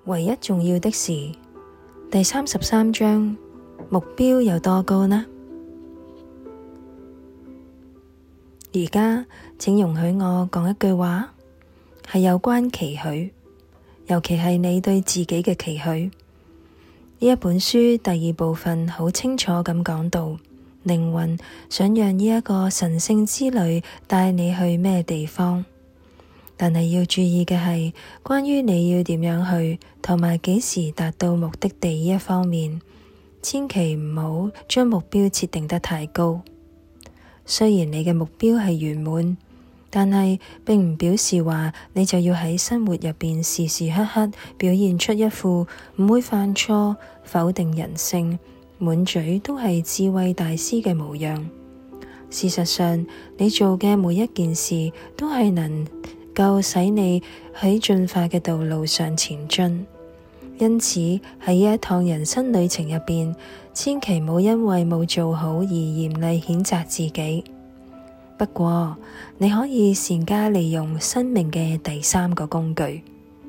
唯一重要的是，第33章，目標有多高呢？而家請容許我講一句話，係有關期許，尤其係你對自己嘅期許。呢一本書第二部分好清楚咁講到，靈魂想讓呢一個神聖之旅帶你去咩地方。但係要注意嘅係，關於你要點樣去，同埋幾時達到目的地呢一方面，千祈唔好將目標設定得太高。雖然你嘅目標係圓滿，但係並唔表示話你就要喺生活入邊時時刻刻表現出一副唔會犯錯、否定人性、滿嘴都係智慧大師嘅模樣。事實上，你做嘅每一件事都係能夠使你喺進化嘅道路上前進。因此喺呢一趟人生旅程入邊，千祈冇因為冇做好而嚴厲譴責自己。不過你可以善加利用生命嘅第三個工具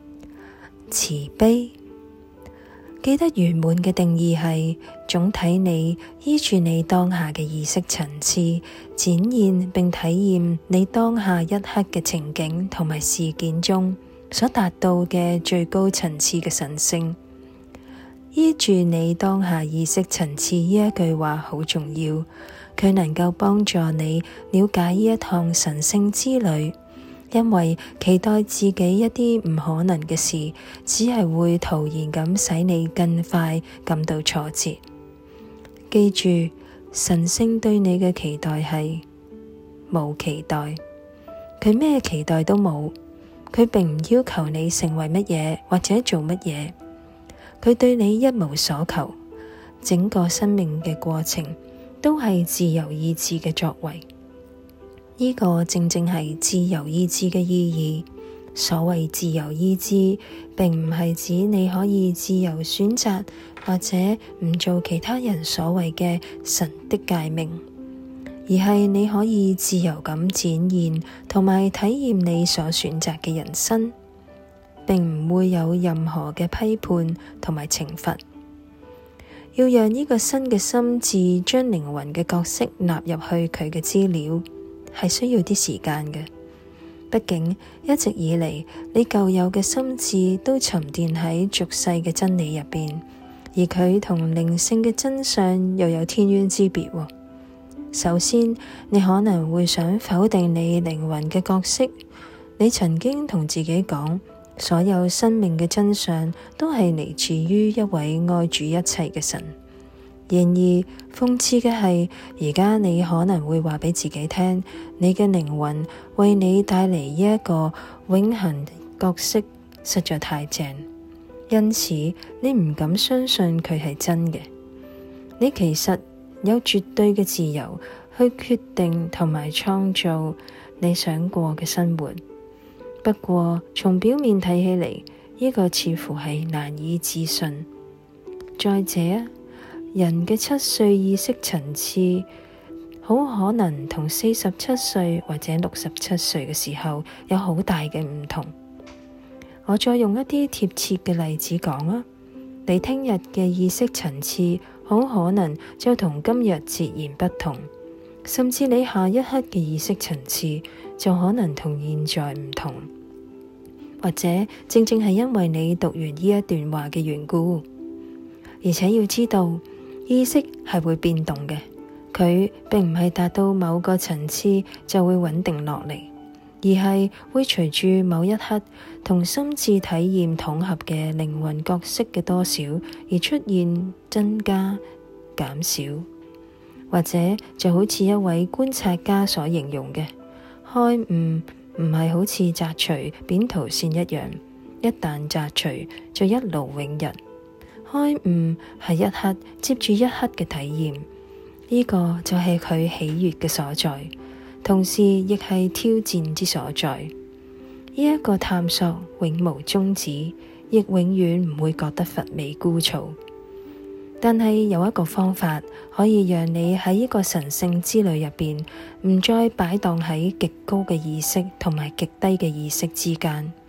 ——慈悲。記得圓滿嘅定義係總體你依住你當下嘅意識層次，展現並體驗你當下一刻嘅情景同埋事件中所達到嘅最高層次嘅神聖。依住你當下意識層次呢一句話好重要，佢能夠幫助你了解呢一趟神聖之旅。因為期待自己一啲唔可能嘅事，只係會徒然咁使你更快感到挫折。記住，神聖對你嘅期待係冇期待，佢咩期待都冇，佢並唔要求你成為乜嘢或者做乜嘢，佢對你一無所求。整個生命嘅過程都係自由意志嘅作為。呢個正正係自由意志嘅意義。所謂自由意志，並唔係指你可以自由選擇或者唔做其他人所謂嘅神的誡命，而係你可以自由咁展現同埋體驗你所選擇嘅人生，並唔會有任何嘅批判同埋懲罰。要讓呢個新嘅心智將靈魂嘅角色納入去佢嘅資料，係需要啲時間嘅。畢竟一直以嚟，你舊有嘅心智都沉澱喺俗世嘅真理入邊，而佢同靈性嘅真相又有天淵之別。首先，你可能會想否定你靈魂嘅角色。你曾經同自己講，所有生命嘅真相都係嚟自於一位愛住一切嘅神。然而，諷刺嘅係，而家你可能會話俾自己聽，你嘅靈魂為你帶嚟呢一個永恆角色實在太正，因此你唔敢相信佢係真嘅。你其實有絕對嘅自由去決定同埋創造你想過嘅生活。不過，從表面睇起嚟，呢個似乎係難以置信。再者，人嘅7歲意識層次好可能同47歲或者67歲嘅時候有好大嘅唔同。我再用一啲貼切嘅例子講啊，你聽日嘅意識層次好可能就同今日截然不同，甚至你下一刻嘅意識層次就可能同現在唔同。或者正正係因為你讀完呢一段話嘅緣故。而且要知道，意識係會變動嘅，佢並唔係達到某個層次就會穩定落嚟，而係會隨住某一刻同心智體驗統合嘅靈魂角色嘅多少而出現增加、減少。或者就好似一位觀察家所形容嘅，開悟唔係好似摘除扁桃腺一樣，一旦摘除就一勞永逸。開悟係一刻接住一刻嘅體驗，呢個就係佢喜悅嘅所在，同時亦係挑戰之所在。呢一個探索永無終止，亦永遠唔會覺得乏味枯燥。但係有一個方法可以讓你喺呢個神聖之旅入邊，唔再擺盪喺極高嘅意識同埋極低嘅意識之間。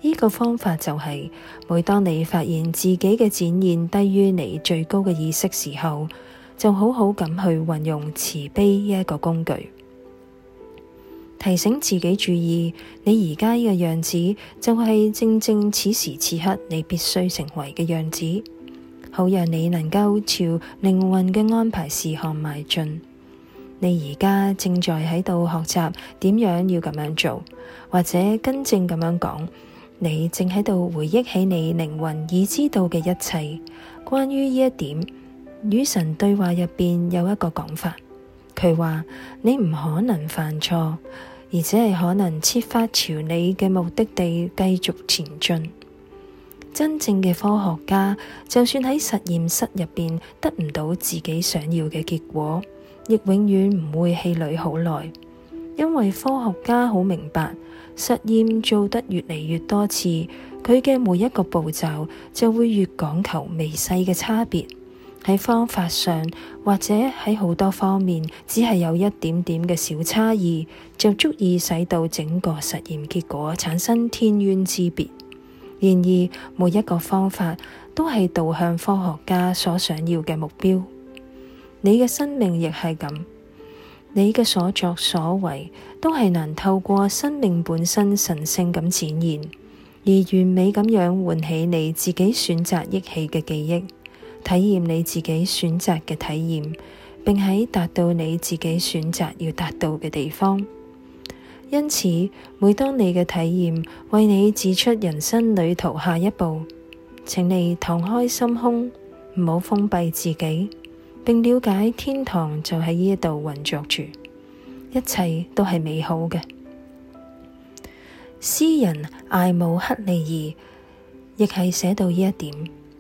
呢個方法就係，每當你發現自己嘅展現低於你最高嘅意識時候，就好好咁去運用慈悲呢一個工具，提醒自己注意，你而家呢個樣子就係正正此時此刻你必須成為嘅樣子，好讓你能夠朝靈魂嘅安排事項邁進。你而家正在喺度學習點樣要咁樣做，或者更正咁樣講，你正喺度回憶起你靈魂已知道嘅一切。關於呢一點，與神對話入邊有一個講法，佢話你唔可能犯錯，而只係可能設法朝你嘅目的地繼續前進。真正嘅科學家，就算喺實驗室入邊得唔到自己想要嘅結果，亦永遠唔會氣餒好耐，因為科學家好明白，實驗做得越嚟越多次，佢嘅每一個步驟就會越講求微細嘅差別，喺方法上或者喺好多方面，只係有一點點嘅小差異，就足以使到整個實驗結果產生天淵之別。然而，每一個方法都係導向科學家所想要嘅目標。你嘅生命亦係咁，你嘅所作所為都係能透過生命本身神聖咁展現，而完美咁樣喚起你自己選擇憶起嘅記憶，體驗你自己選擇嘅體驗，並喺達到你自己選擇要達到嘅地方。因此，每當你嘅體驗為你指出人生旅途下一步，請你敞開心胸，唔好封閉自己，並了解天堂就喺呢一度運作住，一切都係美好嘅。詩人艾姆克利爾亦係寫到呢一點，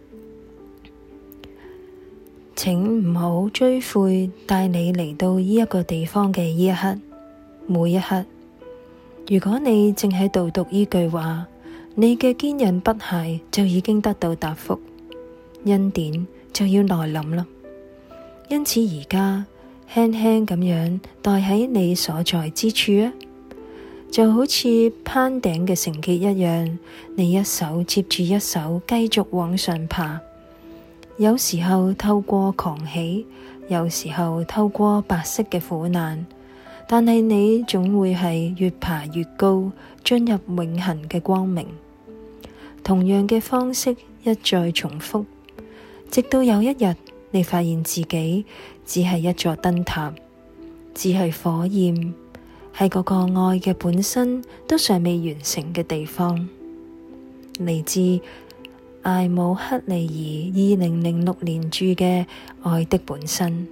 請唔好追悔帶你嚟到呢一個地方嘅呢一刻，每一刻。如果你正喺度讀呢句話，你嘅堅忍不懈就已經得到答覆，恩典就要來臨啦。因此而家輕輕咁樣待喺你所在之處啊，就好似攀頂嘅繩結一樣，你一手接住一手繼續往上爬。有時候透過狂喜，有時候透過白色嘅苦難，但係你總會係越爬越高，進入永恆嘅光明。同樣嘅方式一再重複，直到有一日你發現自己只係一座燈塔，只係火焰，係嗰個愛嘅本身都尚未完成嘅地方。嚟自艾姆克利爾2006年著嘅《愛的本身》。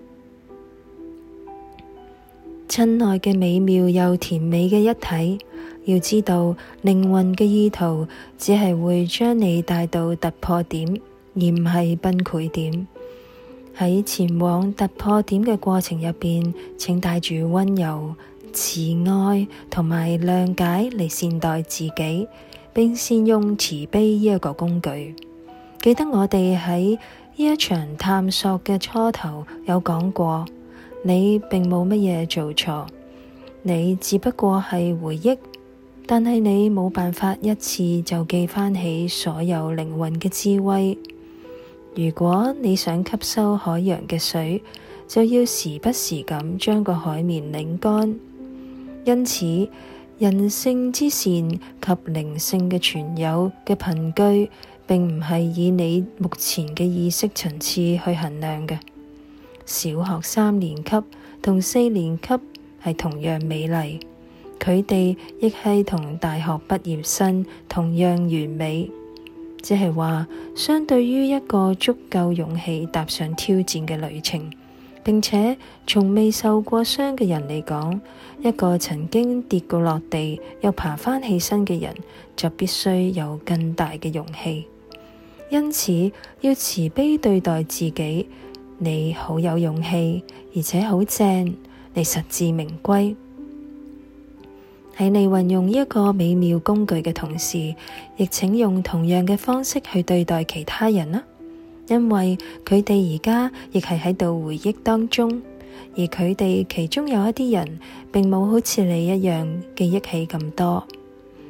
親愛嘅美妙又甜美嘅一體，要知道靈魂嘅意圖只係會將你帶到突破點，而唔係崩潰點。喺前往突破點嘅過程入邊，請帶住溫柔、慈愛同埋諒解嚟善待自己，並善用慈悲呢一個工具。記得我哋喺呢一場探索嘅初頭有講過，你並冇乜嘢做錯，你只不過係回憶，但係你冇辦法一次就記翻起所有靈魂嘅智慧。如果你想吸收海洋嘅水，就要時不時咁將個海綿擰乾。因此，人性之善及靈性嘅存有嘅憑據，並唔係以你目前嘅意識層次去衡量嘅。小學3年級同4年級係同樣美麗，佢哋亦係同大學畢業生同樣完美。即係話，相對於一個足夠勇氣踏上挑戰嘅旅程，並且從未受過傷嘅人嚟講，一個曾經跌過落地又爬返起身嘅人，就必須有更大嘅勇氣。因此，要慈悲對待自己。你好有勇氣，而且好正，你實至名歸。喺你運用呢一個美妙工具嘅同時，亦請用同樣嘅方式去對待其他人啦，因為佢哋而家亦係喺度回憶當中，而佢哋其中有一啲人並冇好似你一樣記憶起咁多。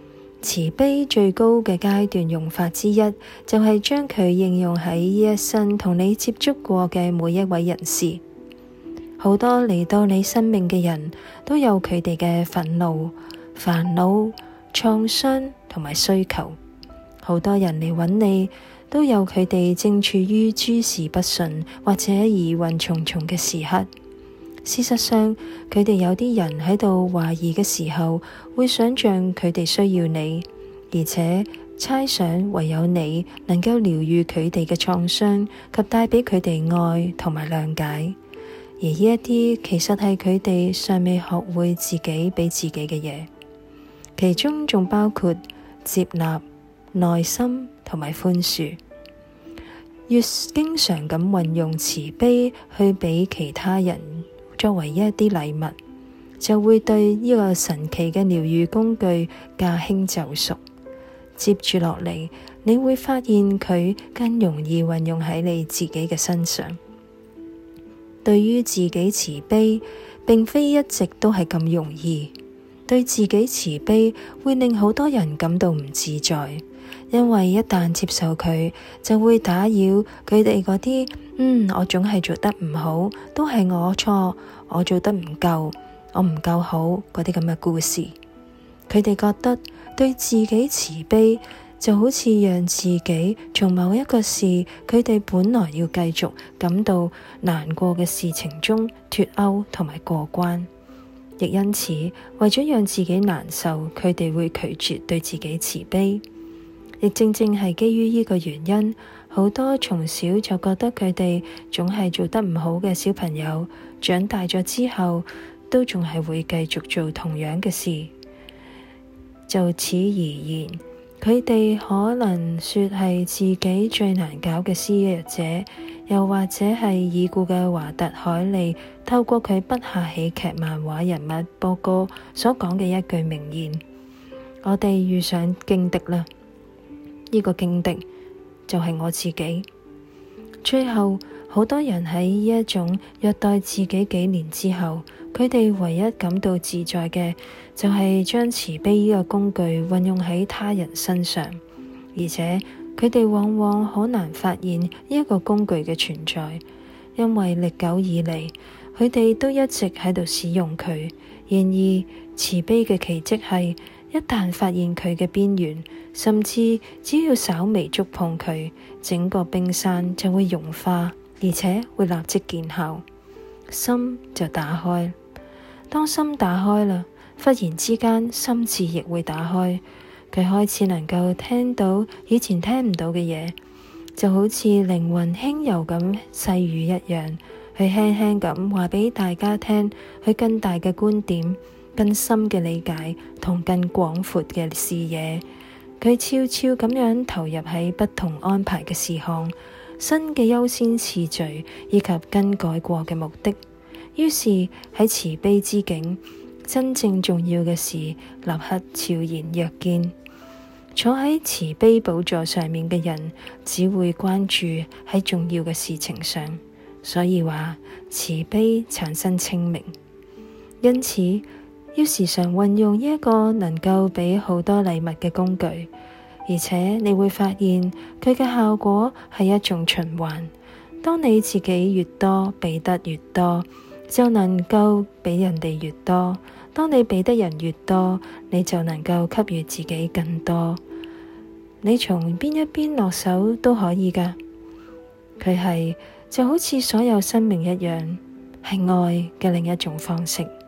慈悲最高嘅階段用法之一，就係將佢應用喺呢一生同你接觸過嘅每一位人士。好多嚟到你生命嘅人都有佢哋嘅憤怒、煩惱、創傷同埋需求。好多人嚟揾你，都有佢哋正處於諸事不順或者疑雲重重嘅時刻。事實上，佢哋有啲人喺度懷疑嘅時候，會想象佢哋需要你，而且猜想唯有你能夠療癒佢哋嘅創傷及帶畀佢哋愛同埋諒解。而呢一啲其實係佢哋尚未學會自己畀自己嘅嘢，其中仲包括接納、耐心同埋寬恕。越經常咁運用慈悲去畀其他人作為一啲禮物，就會對呢個神奇嘅療癒工具駕輕就熟。接住落嚟，你會發現佢更容易運用喺你自己嘅身上。對於自己慈悲，並非一直都係咁容易。對自己慈悲會令好多人感到唔自在，因為一旦接受佢，就會打擾佢哋嗰啲我總係做得唔好，都係我錯，我做得唔夠，我唔夠好嗰啲咁嘅故事。佢哋覺得對自己慈悲就好似讓自己從某一個事佢哋本來要繼續感到難過嘅事情中脫歐同埋過關，亦因此為咗讓自己難受，佢哋會拒絕對自己慈悲。亦正正係基於呢個原因，好多從小就覺得佢哋總係做得唔好嘅小朋友，長大咗之後都仲係會繼續做同樣嘅事。就此而言，佢哋可能說係自己最難搞嘅施虐者，又或者係已故嘅華特海利透過佢筆下喜劇漫畫人物波哥所講嘅一句名言：我哋遇上勁敵啦。呢個勁敵就係我自己。最後，好多人喺呢一種虐待自己幾年之後，佢哋唯一感到自在嘅就係將慈悲呢個工具運用喺他人身上，而且佢哋往往好難發現呢一個工具嘅存在，因為歷久以嚟佢哋都一直喺度使用佢。然而，慈悲嘅奇蹟係，一旦發現佢嘅邊緣，甚至只要稍微觸碰佢，整個冰山就會融化，而且會立即見效，心就打開。當心打開啦，忽然之間心智亦會打開，佢開始能夠聽到以前聽唔到嘅嘢，就好似靈魂輕柔咁細語一樣，去輕輕咁話畀大家聽，去更大嘅觀點，更深嘅理解同更廣闊嘅視野，佢悄悄咁樣投入喺不同安排嘅事項、新嘅優先次序以及更改過嘅目的。於是喺慈悲之境，真正重要嘅事立刻悄然若見。坐喺慈悲寶座上面嘅人，只會關注喺重要嘅事情上。所以話慈悲產生清明，因此要時常運用呢一個能夠畀好多禮物嘅工具，而且你會發現佢嘅效果係一種循環。當你自己越多，畀得越多，就能夠畀人哋越多。當你畀得人越多，你就能夠給予自己更多。你從邊一邊落手都可以㗎。佢係就好似所有生命一樣，係愛嘅另一種方式。